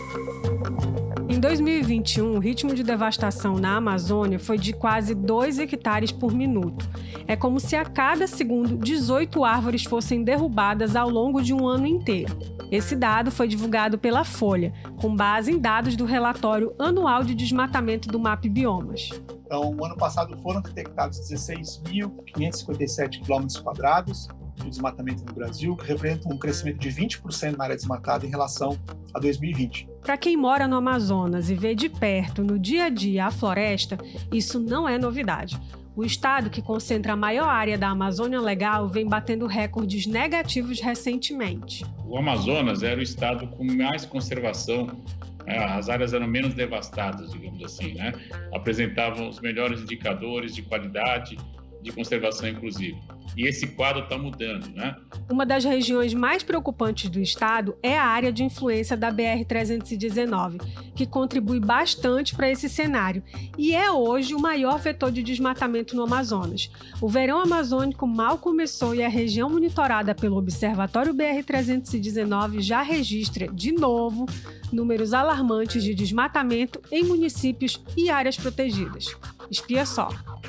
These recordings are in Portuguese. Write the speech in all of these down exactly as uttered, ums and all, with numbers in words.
Em dois mil e vinte e um, o ritmo de devastação na Amazônia foi de quase dois hectares por minuto. É como se a cada segundo dezoito árvores fossem derrubadas ao longo de um ano inteiro. Esse dado foi divulgado pela Folha, com base em dados do relatório anual de desmatamento do MapBiomas. Então, no ano passado foram detectados dezesseis mil quinhentos e cinquenta e sete quilômetros quadrados de desmatamento no Brasil, que representa um crescimento de vinte por cento na área desmatada em relação a dois mil e vinte. Para quem mora no Amazonas e vê de perto, no dia a dia, a floresta, isso não é novidade. O estado que concentra a maior área da Amazônia Legal vem batendo recordes negativos recentemente. O Amazonas era o estado com mais conservação, as áreas eram menos devastadas, digamos assim, né? Apresentavam os melhores indicadores de qualidade, de conservação, inclusive. E esse quadro está mudando, né? Uma das regiões mais preocupantes do estado é a área de influência da B R trezentos e dezenove, que contribui bastante para esse cenário e é hoje o maior vetor de desmatamento no Amazonas. O verão amazônico mal começou e a região monitorada pelo Observatório B R trezentos e dezenove já registra, de novo, números alarmantes de desmatamento em municípios e áreas protegidas. Espia só.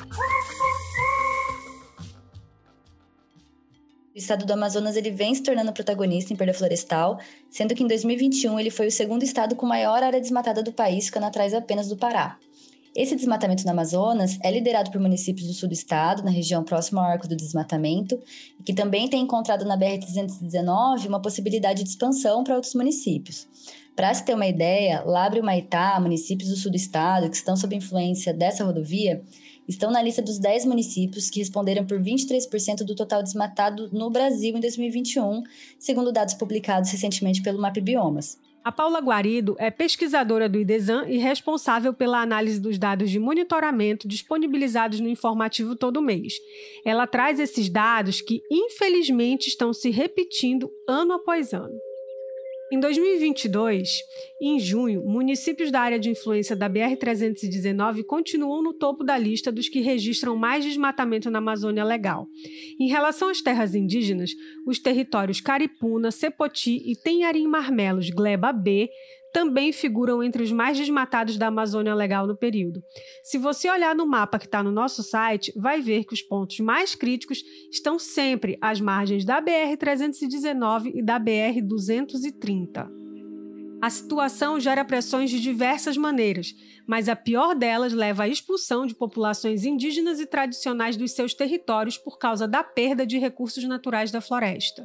O estado do Amazonas ele vem se tornando protagonista em perda florestal, sendo que em dois mil e vinte e um ele foi o segundo estado com maior área desmatada do país, ficando atrás apenas do Pará. Esse desmatamento no Amazonas é liderado por municípios do sul do estado, na região próxima ao Arco do Desmatamento, e que também tem encontrado na B R trezentos e dezenove uma possibilidade de expansão para outros municípios. Para se ter uma ideia, Lábrea e Humaitá, municípios do sul do estado que estão sob influência dessa rodovia, estão na lista dos dez municípios que responderam por vinte e três por cento do total desmatado no Brasil em dois mil e vinte e um, segundo dados publicados recentemente pelo MapBiomas. A Paula Guarido é pesquisadora do IDESAN e responsável pela análise dos dados de monitoramento disponibilizados no informativo todo mês. Ela traz esses dados que, infelizmente, estão se repetindo ano após ano. Em dois mil e vinte e dois, em junho, municípios da área de influência da B R trezentos e dezenove continuam no topo da lista dos que registram mais desmatamento na Amazônia Legal. Em relação às terras indígenas, os territórios Caripuna, Cepoti e Tenharim-Marmelos Gleba B também figuram entre os mais desmatados da Amazônia Legal no período. Se você olhar no mapa que está no nosso site, vai ver que os pontos mais críticos estão sempre às margens da B R trezentos e dezenove e da B R duzentos e trinta. A situação gera pressões de diversas maneiras, mas a pior delas leva à expulsão de populações indígenas e tradicionais dos seus territórios por causa da perda de recursos naturais da floresta.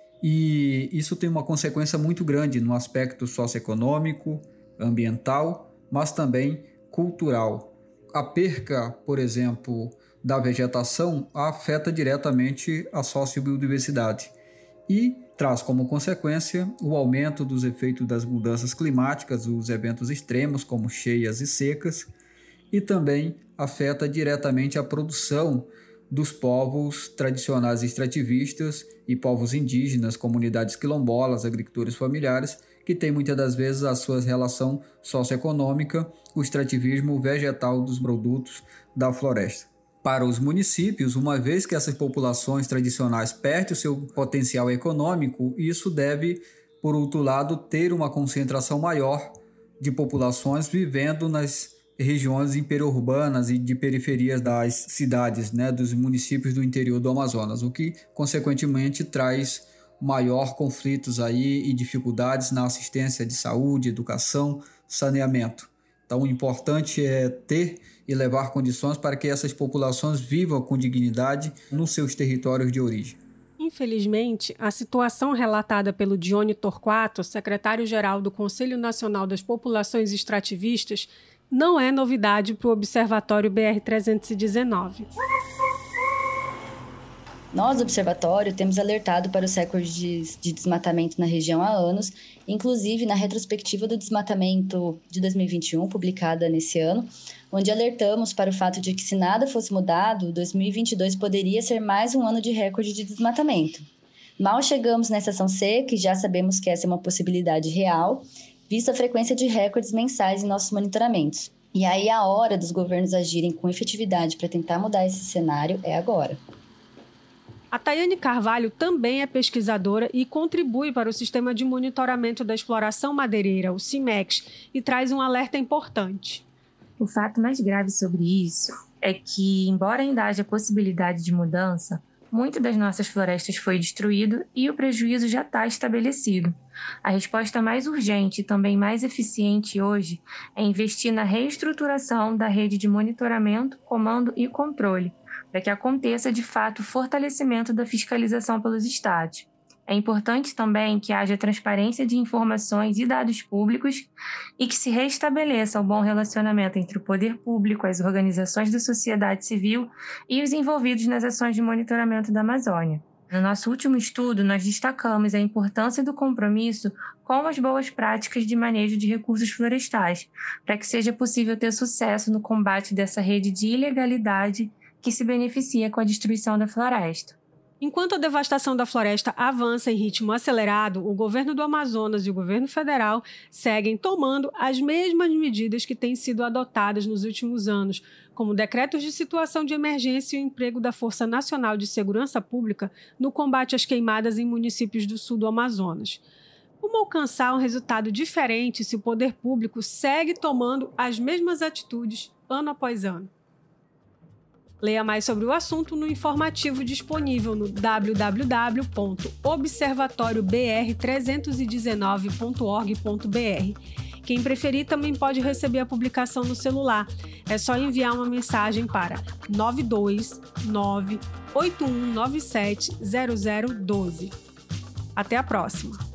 E isso tem uma consequência muito grande no aspecto socioeconômico, ambiental, mas também cultural. A perca, por exemplo, da vegetação afeta diretamente a sociobiodiversidade e traz como consequência o aumento dos efeitos das mudanças climáticas, os eventos extremos como cheias e secas, e também afeta diretamente a produção dos povos tradicionais extrativistas e povos indígenas, comunidades quilombolas, agricultores familiares, que têm muitas das vezes a sua relação socioeconômica, o extrativismo vegetal dos produtos da floresta. Para os municípios, uma vez que essas populações tradicionais perdem o seu potencial econômico, isso deve, por outro lado, ter uma concentração maior de populações vivendo nas regiões periurbanas e de periferias das cidades, né, dos municípios do interior do Amazonas, o que, consequentemente, traz maior conflitos aí e dificuldades na assistência de saúde, educação, saneamento. Então, o importante é ter e levar condições para que essas populações vivam com dignidade nos seus territórios de origem. Infelizmente, a situação relatada pelo Dione Torquato, secretário-geral do Conselho Nacional das Populações Extrativistas, não é novidade para o Observatório B R trezentos e dezenove. Nós, do Observatório, temos alertado para os recordes de, de desmatamento na região há anos, inclusive na retrospectiva do desmatamento de dois mil e vinte e um, publicada nesse ano, onde alertamos para o fato de que, se nada fosse mudado, dois mil e vinte e dois poderia ser mais um ano de recorde de desmatamento. Mal chegamos na estação seca e já sabemos que essa é uma possibilidade real, visto a frequência de recordes mensais em nossos monitoramentos. E aí a hora dos governos agirem com efetividade para tentar mudar esse cenário é agora. A Tayane Carvalho também é pesquisadora e contribui para o Sistema de Monitoramento da Exploração Madeireira, o CIMEX, e traz um alerta importante. O fato mais grave sobre isso é que, embora ainda haja possibilidade de mudança, muito das nossas florestas foi destruído e o prejuízo já está estabelecido. A resposta mais urgente e também mais eficiente hoje é investir na reestruturação da rede de monitoramento, comando e controle, para que aconteça, de fato, o fortalecimento da fiscalização pelos estados. É importante também que haja transparência de informações e dados públicos e que se restabeleça o bom relacionamento entre o poder público, as organizações da sociedade civil e os envolvidos nas ações de monitoramento da Amazônia. No nosso último estudo, nós destacamos a importância do compromisso com as boas práticas de manejo de recursos florestais, para que seja possível ter sucesso no combate dessa rede de ilegalidade que se beneficia com a destruição da floresta. Enquanto a devastação da floresta avança em ritmo acelerado, o governo do Amazonas e o governo federal seguem tomando as mesmas medidas que têm sido adotadas nos últimos anos, como decretos de situação de emergência e o emprego da Força Nacional de Segurança Pública no combate às queimadas em municípios do sul do Amazonas. Como alcançar um resultado diferente se o poder público segue tomando as mesmas atitudes ano após ano? Leia mais sobre o assunto no informativo disponível no w w w ponto observatório b r trezentos e dezenove ponto org ponto b r. Quem preferir também pode receber a publicação no celular. É só enviar uma mensagem para nove dois nove oito um nove sete zero zero um dois. Até a próxima!